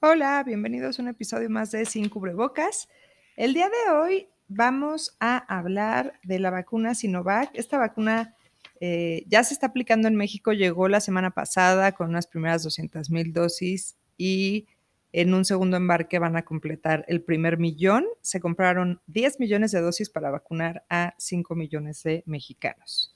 Hola, bienvenidos a un episodio más de Sin Cubrebocas. El día de hoy vamos a hablar de la vacuna Sinovac. Esta vacuna ya se está aplicando en México, llegó la semana pasada con unas primeras 200,000 dosis y en un segundo embarque van a completar el primer millón. Se compraron 10 millones de dosis para vacunar a 5 millones de mexicanos.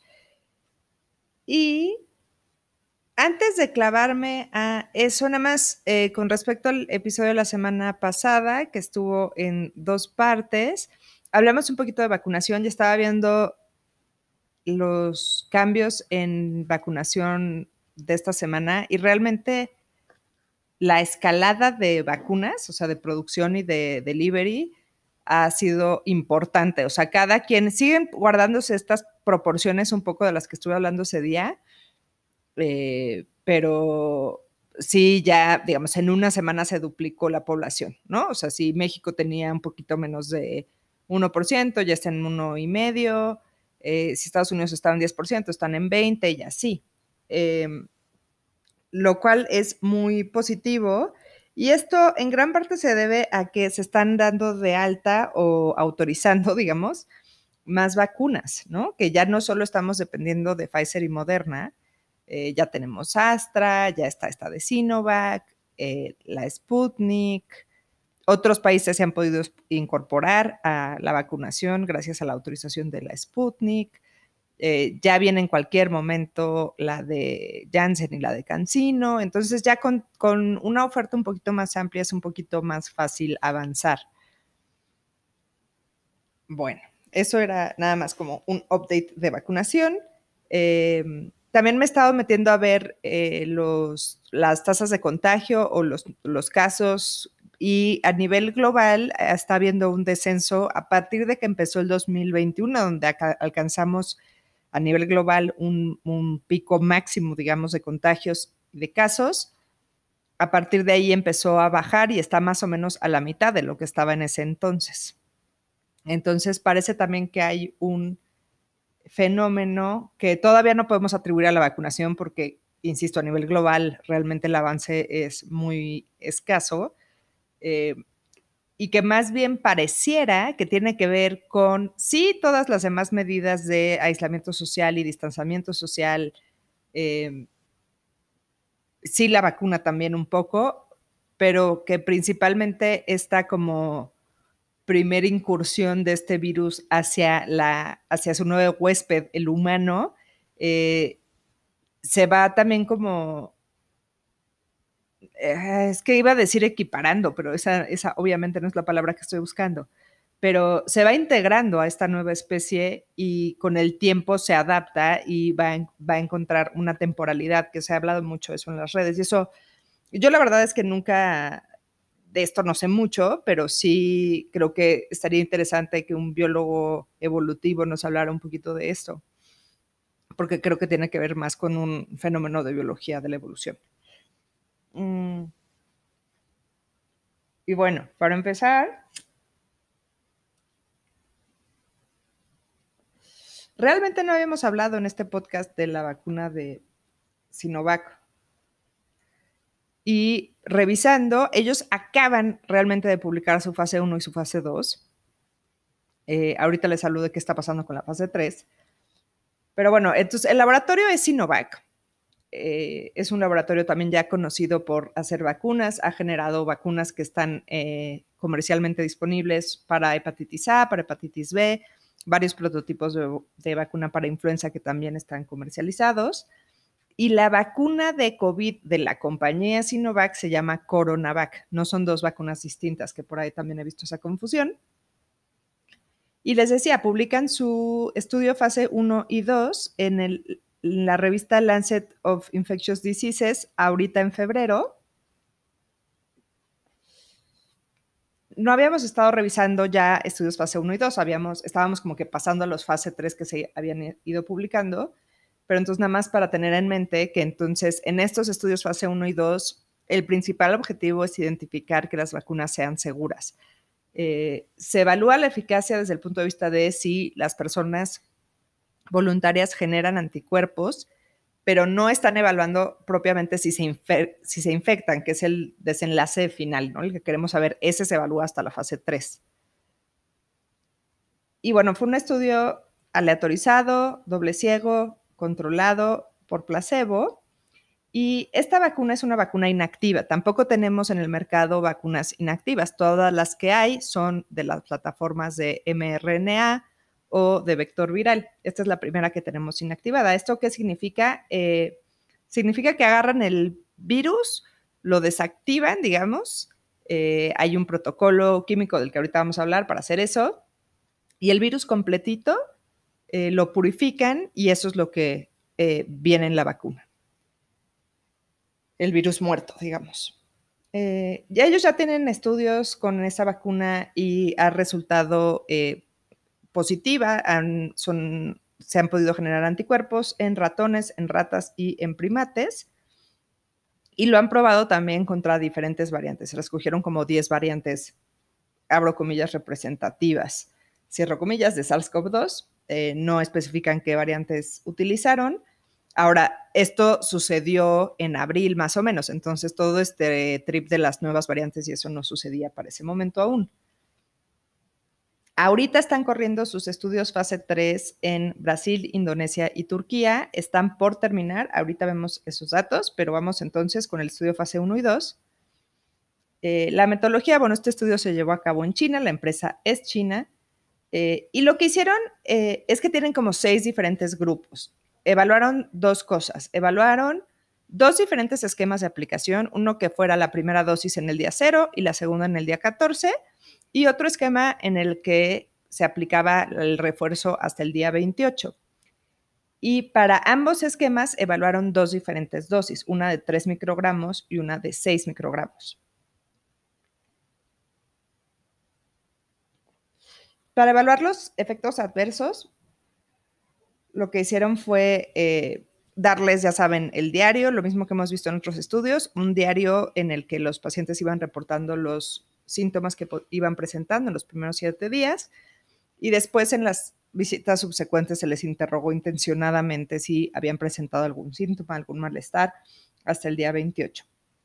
Y antes de clavarme a eso, nada más con respecto al episodio de la semana pasada, que estuvo en 2 partes, hablamos un poquito de vacunación. Ya estaba viendo los cambios en vacunación de esta semana y realmente la escalada de vacunas, o sea, de producción y de delivery, ha sido importante. O sea, cada quien siguen guardándose estas proporciones un poco de las que estuve hablando ese día, pero sí, ya, digamos, en una semana se duplicó la población, ¿no? O sea, si México tenía un poquito menos de 1%, ya está en 1,5%, si Estados Unidos estaba en 10%, están en 20% y así. Lo cual es muy positivo. Y esto en gran parte se debe a que se están dando de alta o autorizando, digamos, más vacunas, ¿no? Que ya no solo estamos dependiendo de Pfizer y Moderna, ya tenemos Astra, ya está esta de Sinovac, la Sputnik. Otros países se han podido incorporar a la vacunación gracias a la autorización de la Sputnik. Ya viene en cualquier momento la de Janssen y la de CanSino. Entonces ya con una oferta un poquito más amplia es un poquito más fácil avanzar. Bueno, eso era nada más como un update de vacunación. También me he estado metiendo a ver las tasas de contagio o los casos, y a nivel global está habiendo un descenso a partir de que empezó el 2021, donde alcanzamos a nivel global un pico máximo, digamos, de contagios y de casos. A partir de ahí empezó a bajar y está más o menos a la mitad de lo que estaba en ese entonces. Entonces parece también que hay un fenómeno que todavía no podemos atribuir a la vacunación porque, insisto, a nivel global realmente el avance es muy escaso, y que más bien pareciera que tiene que ver con, sí, todas las demás medidas de aislamiento social y distanciamiento social, sí, la vacuna también un poco, pero que principalmente está como primera incursión de este virus hacia su nuevo huésped, el humano, se va también como, es que iba a decir equiparando, pero esa obviamente no es la palabra que estoy buscando, pero se va integrando a esta nueva especie y con el tiempo se adapta y va a encontrar una temporalidad, que se ha hablado mucho de eso en las redes. Y eso, yo la verdad es que nunca, de esto no sé mucho, pero sí creo que estaría interesante que un biólogo evolutivo nos hablara un poquito de esto, porque creo que tiene que ver más con un fenómeno de biología de la evolución. Y bueno, para empezar, realmente no habíamos hablado en este podcast de la vacuna de Sinovac. Y revisando, ellos acaban realmente de publicar su fase 1 y su fase 2. Ahorita les hablo de qué está pasando con la fase 3. Pero bueno, entonces el laboratorio es Sinovac. Es un laboratorio también ya conocido por hacer vacunas. Ha generado vacunas que están comercialmente disponibles para hepatitis A, para hepatitis B, varios prototipos de vacuna para influenza que también están comercializados. Y la vacuna de COVID de la compañía Sinovac se llama Coronavac. No son dos vacunas distintas, que por ahí también he visto esa confusión. Y les decía, publican su estudio fase 1 y 2 en la revista Lancet of Infectious Diseases ahorita en febrero. No habíamos estado revisando ya estudios fase 1 y 2, estábamos como que pasando a los fase 3 que se habían ido publicando, pero entonces nada más para tener en mente que entonces en estos estudios fase 1 y 2, el principal objetivo es identificar que las vacunas sean seguras. Se evalúa la eficacia desde el punto de vista de si las personas voluntarias generan anticuerpos pero no están evaluando propiamente si se infectan, que es el desenlace final, ¿no? El que queremos saber, ese se evalúa hasta la fase 3. Y bueno, fue un estudio aleatorizado, doble ciego, controlado por placebo. Y esta vacuna es una vacuna inactiva. Tampoco tenemos en el mercado vacunas inactivas. Todas las que hay son de las plataformas de mRNA o de vector viral. Esta es la primera que tenemos inactivada. ¿Esto qué significa? Significa que agarran el virus, lo desactivan, digamos. Hay un protocolo químico del que ahorita vamos a hablar para hacer eso. Y el virus completito lo purifican y eso es lo que viene en la vacuna. El virus muerto, digamos. Ya ellos ya tienen estudios con esa vacuna y ha resultado positiva. Se han podido generar anticuerpos en ratones, en ratas y en primates. Y lo han probado también contra diferentes variantes. Se escogieron como 10 variantes, abro comillas, representativas, cierro comillas, de SARS-CoV-2. No especifican qué variantes utilizaron. Ahora, esto sucedió en abril más o menos, entonces todo este trip de las nuevas variantes y eso no sucedía para ese momento aún. Ahorita están corriendo sus estudios fase 3 en Brasil, Indonesia y Turquía. Están por terminar. Ahorita vemos esos datos, pero vamos entonces con el estudio fase 1 y 2. La metodología, bueno, este estudio se llevó a cabo en China, la empresa es china, y lo que hicieron es que tienen como 6 diferentes grupos. Evaluaron 2 cosas. Evaluaron 2 diferentes esquemas de aplicación, uno que fuera la primera dosis en el día 0 y la segunda en el día 14, y otro esquema en el que se aplicaba el refuerzo hasta el día 28. Y para ambos esquemas evaluaron 2 diferentes dosis, una de 3 microgramos y una de 6 microgramos. Para evaluar los efectos adversos, lo que hicieron fue darles, ya saben, el diario, lo mismo que hemos visto en otros estudios, un diario en el que los pacientes iban reportando los síntomas que iban presentando en los primeros 7 días, y después en las visitas subsecuentes se les interrogó intencionadamente si habían presentado algún síntoma, algún malestar, hasta el día 28.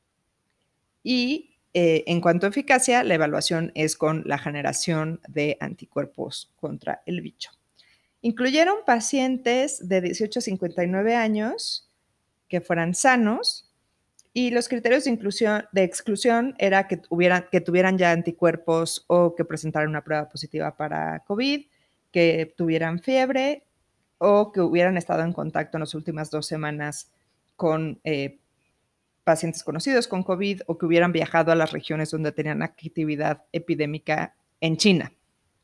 Y en cuanto a eficacia, la evaluación es con la generación de anticuerpos contra el bicho. Incluyeron pacientes de 18 a 59 años que fueran sanos y los criterios de exclusión era que tuvieran ya anticuerpos o que presentaran una prueba positiva para COVID, que tuvieran fiebre o que hubieran estado en contacto en las últimas 2 semanas con pacientes conocidos con COVID o que hubieran viajado a las regiones donde tenían actividad epidémica en China.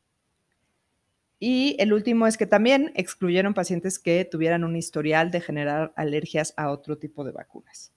Y el último es que también excluyeron pacientes que tuvieran un historial de generar alergias a otro tipo de vacunas.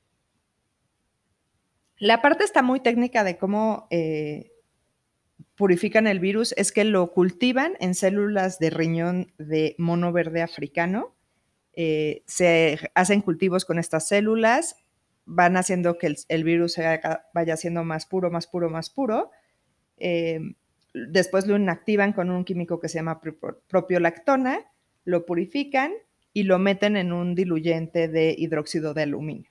La parte está muy técnica de cómo purifican el virus, es que lo cultivan en células de riñón de mono verde africano. Se hacen cultivos con estas células, van haciendo que el virus vaya siendo más puro, más puro, más puro. Después lo inactivan con un químico que se llama propiolactona, lo purifican y lo meten en un diluyente de hidróxido de aluminio.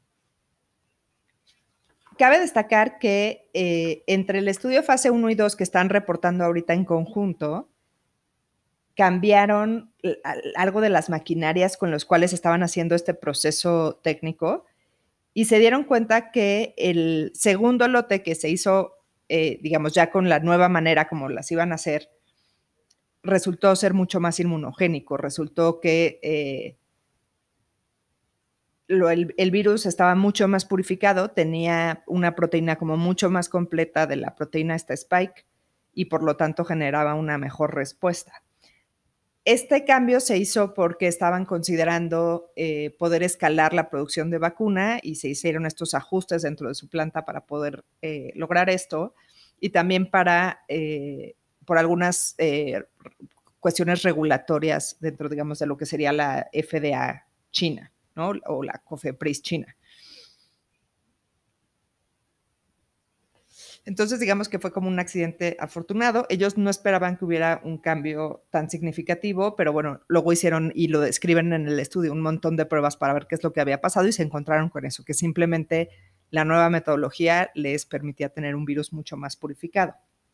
Cabe destacar que entre el estudio fase 1 y 2 que están reportando ahorita en conjunto, cambiaron algo de las maquinarias con las cuales estaban haciendo este proceso técnico y se dieron cuenta que el segundo lote que se hizo, digamos, ya con la nueva manera como las iban a hacer, resultó ser mucho más inmunogénico, resultó que el virus estaba mucho más purificado, tenía una proteína como mucho más completa de la proteína esta Spike y por lo tanto generaba una mejor respuesta. Este cambio se hizo porque estaban considerando poder escalar la producción de vacuna y se hicieron estos ajustes dentro de su planta para poder lograr esto y también por algunas cuestiones regulatorias dentro, digamos, de lo que sería la FDA China, ¿no? O la COFEPRIS China. Entonces, digamos que fue como un accidente afortunado. Ellos no esperaban que hubiera un cambio tan significativo, pero bueno, luego hicieron y lo describen en el estudio un montón de pruebas para ver qué es lo que había pasado y se encontraron con eso, que simplemente la nueva metodología les permitía tener un virus mucho más purificado.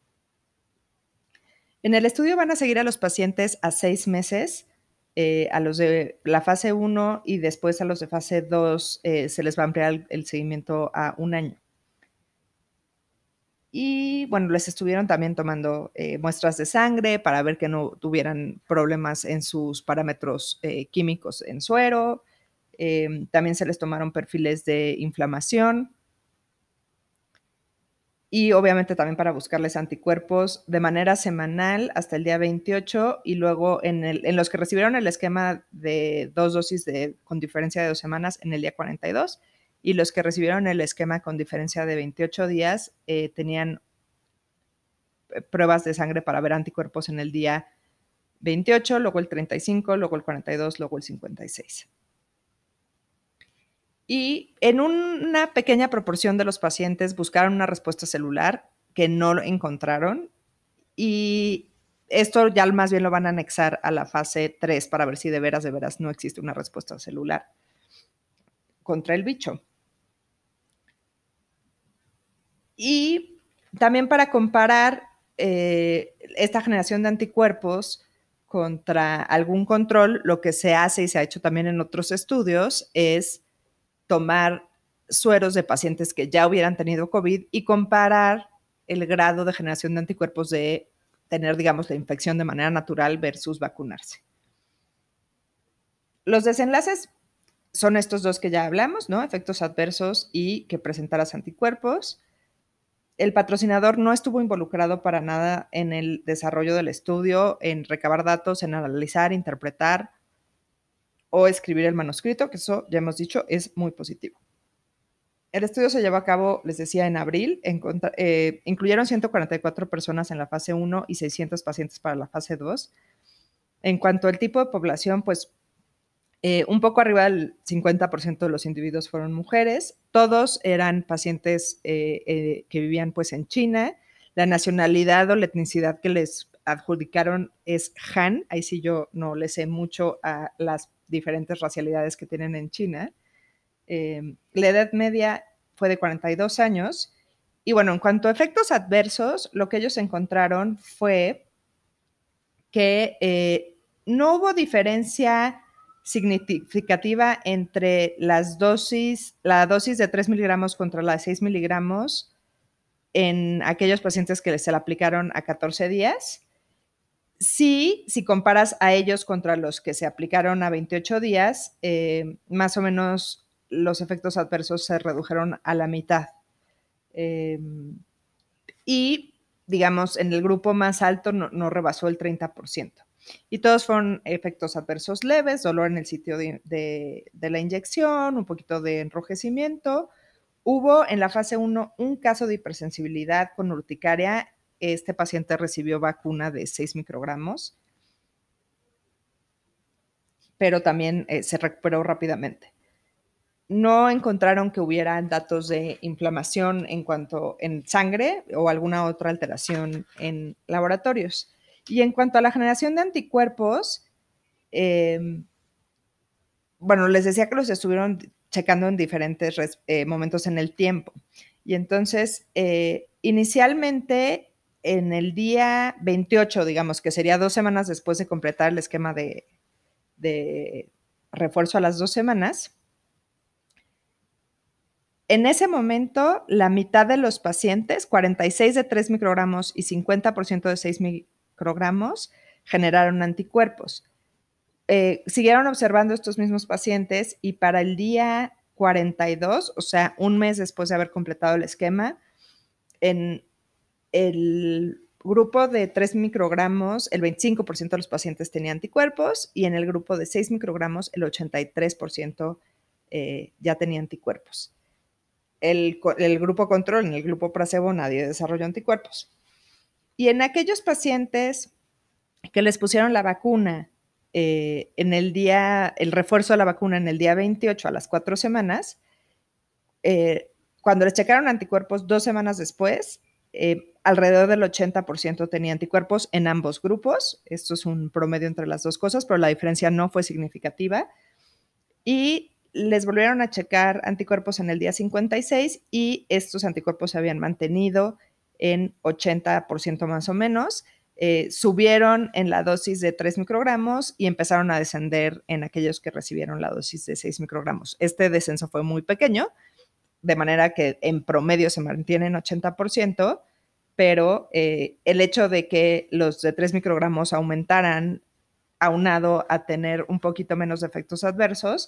En el estudio van a seguir a los pacientes a 6 meses, a los de la fase 1 y después a los de fase 2 se les va a ampliar el seguimiento a 1 año. Y bueno, les estuvieron también tomando muestras de sangre para ver que no tuvieran problemas en sus parámetros químicos en suero. También se les tomaron perfiles de inflamación y obviamente también para buscarles anticuerpos de manera semanal hasta el día 28 y luego en los que recibieron el esquema de 2 dosis con diferencia de 2 semanas en el día 42 y los que recibieron el esquema con diferencia de 28 días tenían pruebas de sangre para ver anticuerpos en el día 28, luego el 35, luego el 42, luego el 56. Y en una pequeña proporción de los pacientes buscaron una respuesta celular que no lo encontraron y esto ya más bien lo van a anexar a la fase 3 para ver si de veras no existe una respuesta celular contra el bicho. Y también para comparar esta generación de anticuerpos contra algún control, lo que se hace y se ha hecho también en otros estudios es tomar sueros de pacientes que ya hubieran tenido COVID y comparar el grado de generación de anticuerpos de tener, digamos, la infección de manera natural versus vacunarse. Los desenlaces son estos dos que ya hablamos, ¿no? Efectos adversos y que presentaras anticuerpos. El patrocinador no estuvo involucrado para nada en el desarrollo del estudio, en recabar datos, en analizar, interpretar o escribir el manuscrito, que eso ya hemos dicho es muy positivo. El estudio se llevó a cabo, les decía, en abril. Incluyeron 144 personas en la fase 1 y 600 pacientes para la fase 2. En cuanto al tipo de población, pues un poco arriba del 50% de los individuos fueron mujeres. Todos eran pacientes que vivían pues en China. La nacionalidad o la etnicidad que les adjudicaron es Han. Ahí sí yo no le sé mucho a las diferentes racialidades que tienen en China. La edad media fue de 42 años. Y bueno, en cuanto a efectos adversos, lo que ellos encontraron fue que no hubo diferencia significativa entre la dosis de 3 miligramos contra la de 6 miligramos en aquellos pacientes que se la aplicaron a 14 días. Sí, si comparas a ellos contra los que se aplicaron a 28 días, más o menos los efectos adversos se redujeron a la mitad. Y, digamos, en el grupo más alto no rebasó el 30%. Y todos fueron efectos adversos leves, dolor en el sitio de la inyección, un poquito de enrojecimiento. Hubo en la fase 1 un caso de hipersensibilidad con urticaria. Este paciente recibió vacuna de 6 microgramos, pero también se recuperó rápidamente. No encontraron que hubiera datos de inflamación en sangre o alguna otra alteración en laboratorios. Y en cuanto a la generación de anticuerpos, bueno, les decía que los estuvieron checando en diferentes momentos en el tiempo. Y entonces, inicialmente, en el día 28, digamos, que sería 2 semanas después de completar el esquema de refuerzo a las 2 semanas, en ese momento, la mitad de los pacientes, 46 de 3 microgramos y 50% de 6 microgramos, generaron anticuerpos. Siguieron observando estos mismos pacientes y para el día 42, o sea, un mes después de haber completado el esquema, en el grupo de 3 microgramos, el 25% de los pacientes tenía anticuerpos y en el grupo de 6 microgramos, el 83% ya tenía anticuerpos. El grupo control, en el grupo placebo, nadie desarrolló anticuerpos. Y en aquellos pacientes que les pusieron la vacuna el refuerzo de la vacuna en el día 28 a las 4 semanas, cuando les checaron anticuerpos 2 semanas después, alrededor del 80% tenía anticuerpos en ambos grupos. Esto es un promedio entre las dos cosas, pero la diferencia no fue significativa. Y les volvieron a checar anticuerpos en el día 56 y estos anticuerpos se habían mantenido en 80% más o menos. Subieron en la dosis de 3 microgramos y empezaron a descender en aquellos que recibieron la dosis de 6 microgramos. Este descenso fue muy pequeño, de manera que en promedio se mantiene en 80%, pero el hecho de que los de 3 microgramos aumentaran aunado a tener un poquito menos de efectos adversos,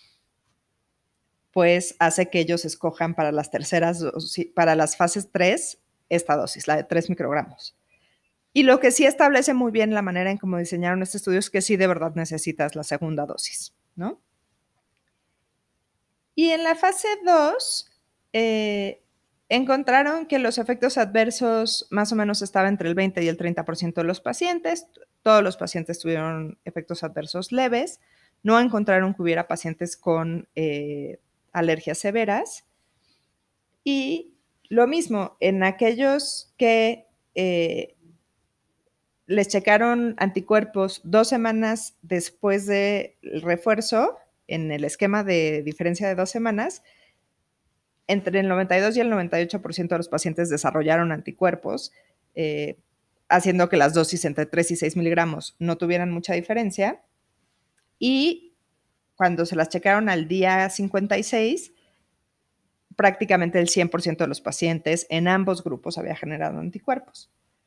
pues hace que ellos escojan para las terceras, para las fases 3, esta dosis, la de 3 microgramos. Y lo que sí establece muy bien la manera en cómo diseñaron este estudio es que sí de verdad necesitas la segunda dosis, ¿no? Y en la fase 2, encontraron que los efectos adversos más o menos estaban entre el 20 y el 30% de los pacientes. Todos los pacientes tuvieron efectos adversos leves. No encontraron que hubiera pacientes con alergias severas. Y lo mismo, en aquellos que les checaron anticuerpos 2 semanas después del refuerzo, en el esquema de diferencia de 2 semanas, entre el 92 y el 98% de los pacientes desarrollaron anticuerpos, haciendo que las dosis entre 3 y 6 miligramos no tuvieran mucha diferencia. Y cuando se las checaron al día 56, prácticamente el 100% de los pacientes en ambos grupos había generado anticuerpos.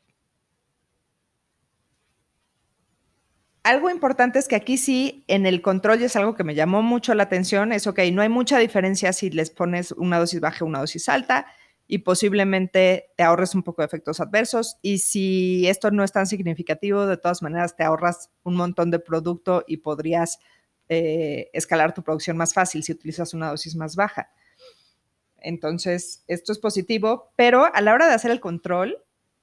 Algo importante es que aquí sí, en el control, y es algo que me llamó mucho la atención, es ok, no hay mucha diferencia si les pones una dosis baja o una dosis alta, y posiblemente te ahorres un poco de efectos adversos, y si esto no es tan significativo, de todas maneras te ahorras un montón de producto y podrías escalar tu producción más fácil si utilizas una dosis más baja. Entonces, esto es positivo, pero a la hora de hacer el control,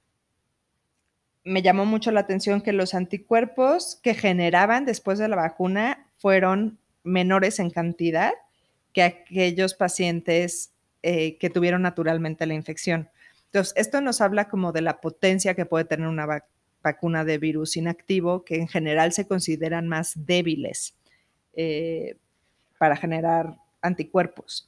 me llamó mucho la atención que los anticuerpos que generaban después de la vacuna fueron menores en cantidad que aquellos pacientes que tuvieron naturalmente la infección. Entonces, esto nos habla como de la potencia que puede tener una vacuna de virus inactivo, que en general se consideran más débiles para generar anticuerpos.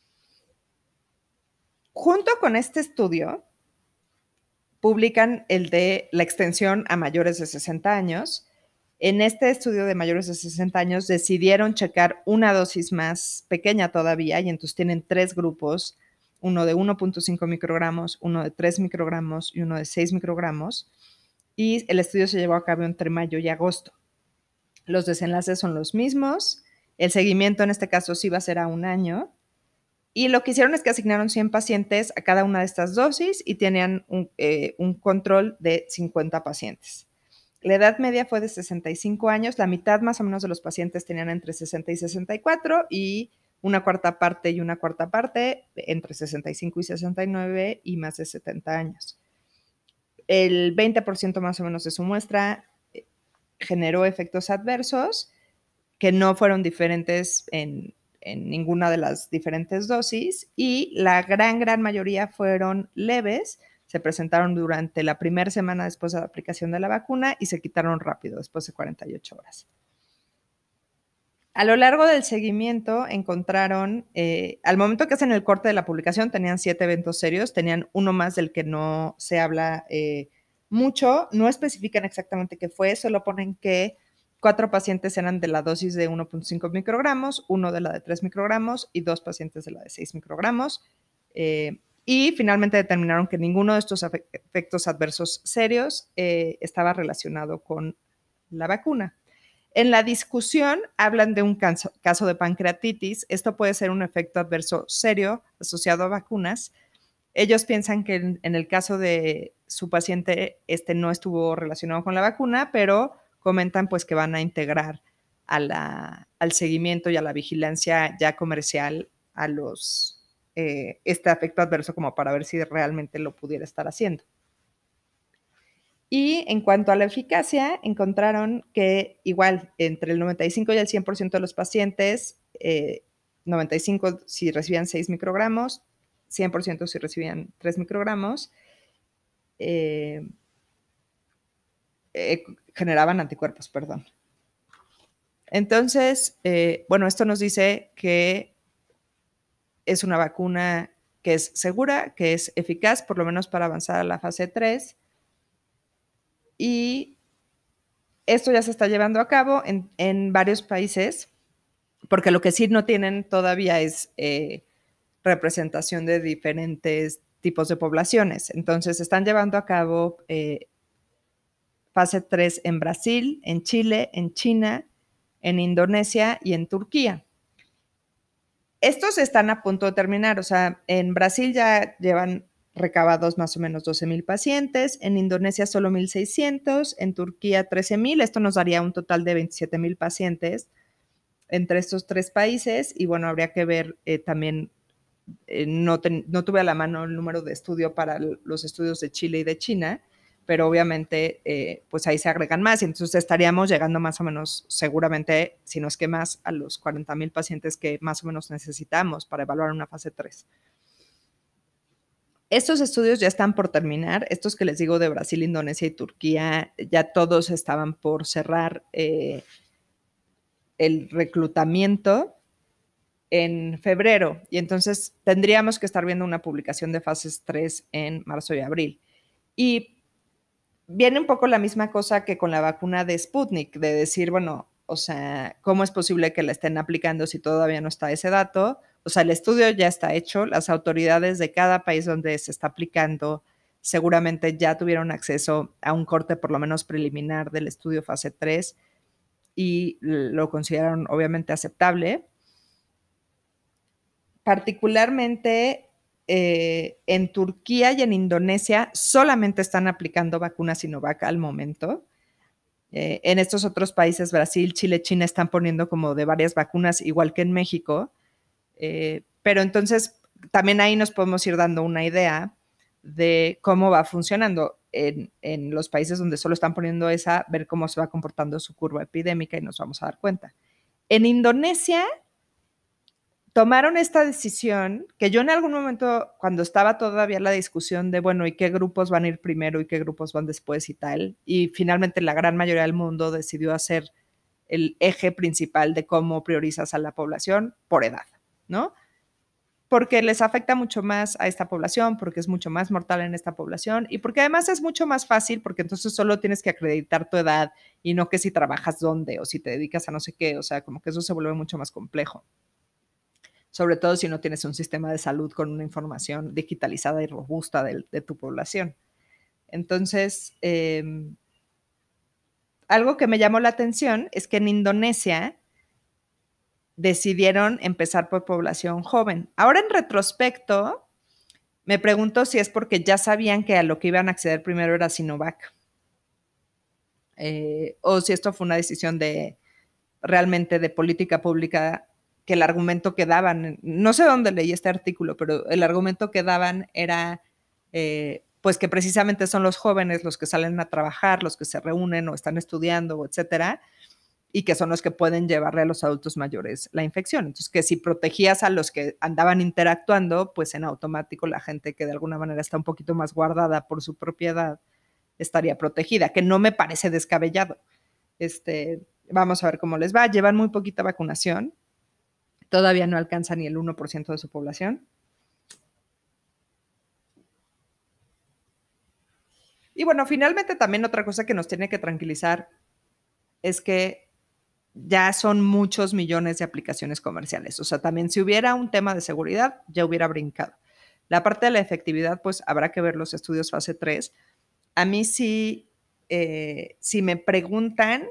Junto con este estudio, publican el de la extensión a mayores de 60 años. En este estudio de mayores de 60 años decidieron checar una dosis más pequeña todavía y entonces tienen 3 grupos, uno de 1.5 microgramos, uno de 3 microgramos y uno de 6 microgramos. Y el estudio se llevó a cabo entre mayo y agosto. Los desenlaces son los mismos. El seguimiento en este caso sí va a ser a 1 año. Y lo que hicieron es que asignaron 100 pacientes a cada una de estas dosis y tenían un control de 50 pacientes. La edad media fue de 65 años, la mitad más o menos de los pacientes tenían entre 60 y 64 y una cuarta parte entre 65 y 69 y más de 70 años. El 20% más o menos de su muestra generó efectos adversos que no fueron diferentes en ninguna de las diferentes dosis y la gran mayoría fueron leves, se presentaron durante la primera semana después de la aplicación de la vacuna y se quitaron rápido, después de 48 horas. A lo largo del seguimiento encontraron, al momento que hacen el corte de la publicación, tenían 7 eventos serios, tenían uno más del que no se habla mucho, no especifican exactamente qué fue, solo ponen que 4 pacientes eran de la dosis de 1.5 microgramos, 1 de la de 3 microgramos y 2 pacientes de la de 6 microgramos. Y finalmente determinaron que ninguno de estos efectos adversos serios estaba relacionado con la vacuna. En la discusión hablan de un caso de pancreatitis. Esto puede ser un efecto adverso serio asociado a vacunas. Ellos piensan que en el caso de su paciente no estuvo relacionado con la vacuna, pero comentan pues que van a integrar al seguimiento y a la vigilancia ya comercial a este efecto adverso como para ver si realmente lo pudiera estar haciendo. Y en cuanto a la eficacia, encontraron que igual entre el 95 y el 100% de los pacientes, 95 si recibían 6 microgramos, 100% si recibían 3 microgramos, generaban anticuerpos, perdón. Entonces, bueno, esto nos dice que es una vacuna que es segura, que es eficaz, por lo menos para avanzar a la fase 3. Y esto ya se está llevando a cabo en varios países, porque lo que sí no tienen todavía es representación de diferentes tipos de poblaciones. Entonces, se están llevando a cabo fase 3 en Brasil, en Chile, en China, en Indonesia y en Turquía. Estos están a punto de terminar, o sea, en Brasil ya llevan recabados más o menos 12,000 pacientes, en Indonesia solo 1,600, en Turquía 13,000, esto nos daría un total de 27,000 pacientes entre estos tres países y bueno, habría que ver también, no tuve a la mano el número de estudio para los estudios de Chile y de China, pero obviamente pues ahí se agregan más y entonces estaríamos llegando más o menos seguramente, si no es que más, a los 40,000 pacientes que más o menos necesitamos para evaluar una fase 3. Estos estudios ya están por terminar, estos que les digo de Brasil, Indonesia y Turquía, ya todos estaban por cerrar el reclutamiento en febrero y entonces tendríamos que estar viendo una publicación de fases 3 en marzo y abril. Y viene un poco la misma cosa que con la vacuna de Sputnik, de decir, bueno, o sea, ¿cómo es posible que la estén aplicando si todavía no está ese dato? O sea, el estudio ya está hecho, las autoridades de cada país donde se está aplicando seguramente ya tuvieron acceso a un corte por lo menos preliminar del estudio fase 3 y lo consideraron obviamente aceptable. Particularmente en Turquía y en Indonesia solamente están aplicando vacunas Sinovac al momento. En estos otros países, Brasil, Chile, China, están poniendo como de varias vacunas, igual que en México. Pero entonces también ahí nos podemos ir dando una idea de cómo va funcionando en los países donde solo están poniendo esa, ver cómo se va comportando su curva epidémica y nos vamos a dar cuenta. En Indonesia tomaron esta decisión que yo en algún momento, cuando estaba todavía la discusión de, bueno, ¿y qué grupos van a ir primero y qué grupos van después y tal? Y finalmente la gran mayoría del mundo decidió hacer el eje principal de cómo priorizas a la población por edad, ¿no? Porque les afecta mucho más a esta población, porque es mucho más mortal en esta población y porque además es mucho más fácil porque entonces solo tienes que acreditar tu edad y no que si trabajas dónde o si te dedicas a no sé qué, o sea, como que eso se vuelve mucho más complejo. Sobre todo si no tienes un sistema de salud con una información digitalizada y robusta de tu población. Entonces, algo que me llamó la atención es que en Indonesia decidieron empezar por población joven. Ahora en retrospecto, me pregunto si es porque ya sabían que a lo que iban a acceder primero era Sinovac, o si esto fue una decisión de realmente de política pública, que el argumento que daban, no sé dónde leí este artículo, pero el argumento que daban era pues que precisamente son los jóvenes los que salen a trabajar, los que se reúnen o están estudiando, etcétera, y que son los que pueden llevarle a los adultos mayores la infección. Entonces, que si protegías a los que andaban interactuando, pues en automático la gente que de alguna manera está un poquito más guardada por su propiedad estaría protegida, que no me parece descabellado. Vamos a ver cómo les va. Llevan muy poquita vacunación. Todavía no alcanza ni el 1% de su población. Y bueno, finalmente también otra cosa que nos tiene que tranquilizar es que ya son muchos millones de aplicaciones comerciales. O sea, también si hubiera un tema de seguridad, ya hubiera brincado. La parte de la efectividad, pues habrá que ver los estudios fase 3. A mí sí, si me preguntan,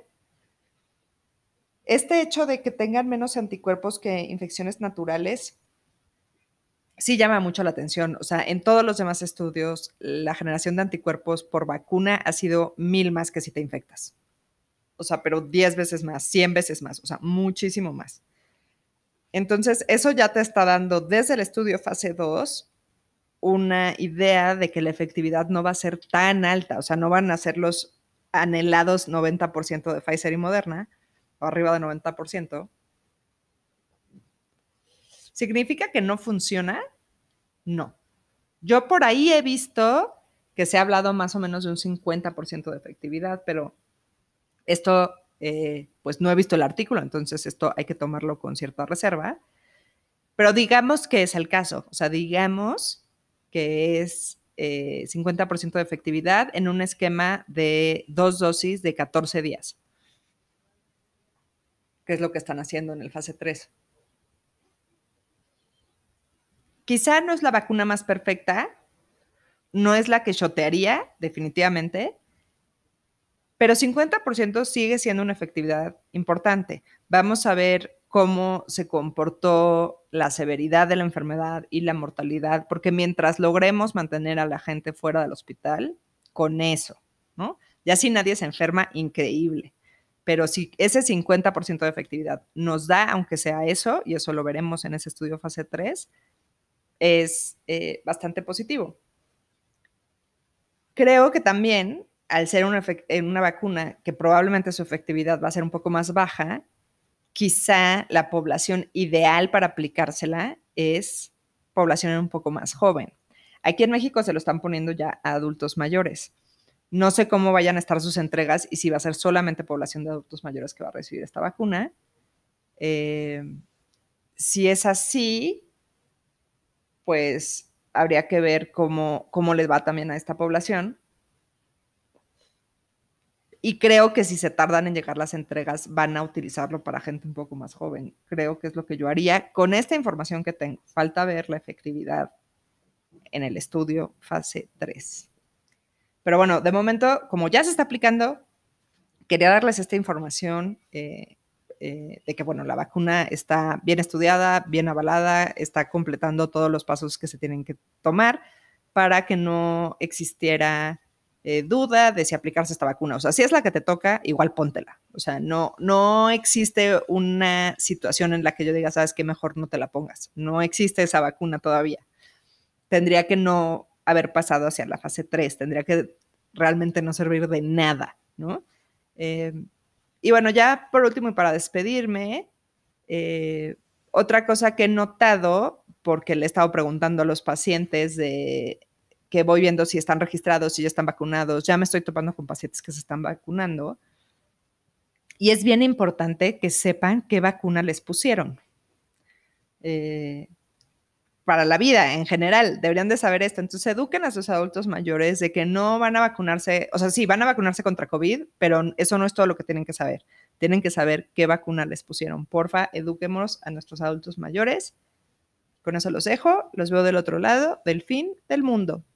este hecho de que tengan menos anticuerpos que infecciones naturales sí llama mucho la atención. O sea, en todos los demás estudios, la generación de anticuerpos por vacuna ha sido 1000 más que si te infectas. O sea, pero 10 veces más, 100 veces más, o sea, muchísimo más. Entonces, eso ya te está dando desde el estudio fase 2 una idea de que la efectividad no va a ser tan alta, o sea, no van a ser los anhelados 90% de Pfizer y Moderna, o arriba de 90%. ¿Significa que no funciona? No. Yo por ahí he visto que se ha hablado más o menos de un 50% de efectividad, pero esto, pues no he visto el artículo, entonces esto hay que tomarlo con cierta reserva. Pero digamos que es el caso, o sea, digamos que es 50% de efectividad en un esquema de 2 dosis de 14 días, que es lo que están haciendo en el fase 3. Quizá no es la vacuna más perfecta, no es la que shotearía, definitivamente, pero 50% sigue siendo una efectividad importante. Vamos a ver cómo se comportó la severidad de la enfermedad y la mortalidad, porque mientras logremos mantener a la gente fuera del hospital, con eso, ¿no? Ya si nadie se enferma, increíble. Pero si ese 50% de efectividad nos da, aunque sea eso, y eso lo veremos en ese estudio fase 3, es bastante positivo. Creo que también, al ser una vacuna que probablemente su efectividad va a ser un poco más baja, quizá la población ideal para aplicársela es población un poco más joven. Aquí en México se lo están poniendo ya a adultos mayores. No sé cómo vayan a estar sus entregas y si va a ser solamente población de adultos mayores que va a recibir esta vacuna. Si es así, pues habría que ver cómo les va también a esta población. Y creo que si se tardan en llegar las entregas, van a utilizarlo para gente un poco más joven. Creo que es lo que yo haría con esta información que tengo. Falta ver la efectividad en el estudio fase 3. Pero bueno, de momento, como ya se está aplicando, quería darles esta información de que, bueno, la vacuna está bien estudiada, bien avalada, está completando todos los pasos que se tienen que tomar para que no existiera duda de si aplicarse esta vacuna. O sea, si es la que te toca, igual póntela. O sea, no existe una situación en la que yo diga, sabes que mejor no te la pongas. No existe esa vacuna todavía. Tendría que no haber pasado hacia la fase 3, tendría que realmente no servir de nada, ¿no? Y bueno, ya por último y para despedirme, otra cosa que he notado, porque le he estado preguntando a los pacientes de que voy viendo si están registrados, si ya están vacunados, ya me estoy topando con pacientes que se están vacunando, y es bien importante que sepan qué vacuna les pusieron. Para la vida en general, deberían de saber esto. Entonces, eduquen a sus adultos mayores de que no van a vacunarse, o sea, sí, van a vacunarse contra COVID, pero eso no es todo lo que tienen que saber. Tienen que saber qué vacuna les pusieron. Porfa, eduquemos a nuestros adultos mayores. Con eso los dejo, los veo del otro lado del fin del mundo.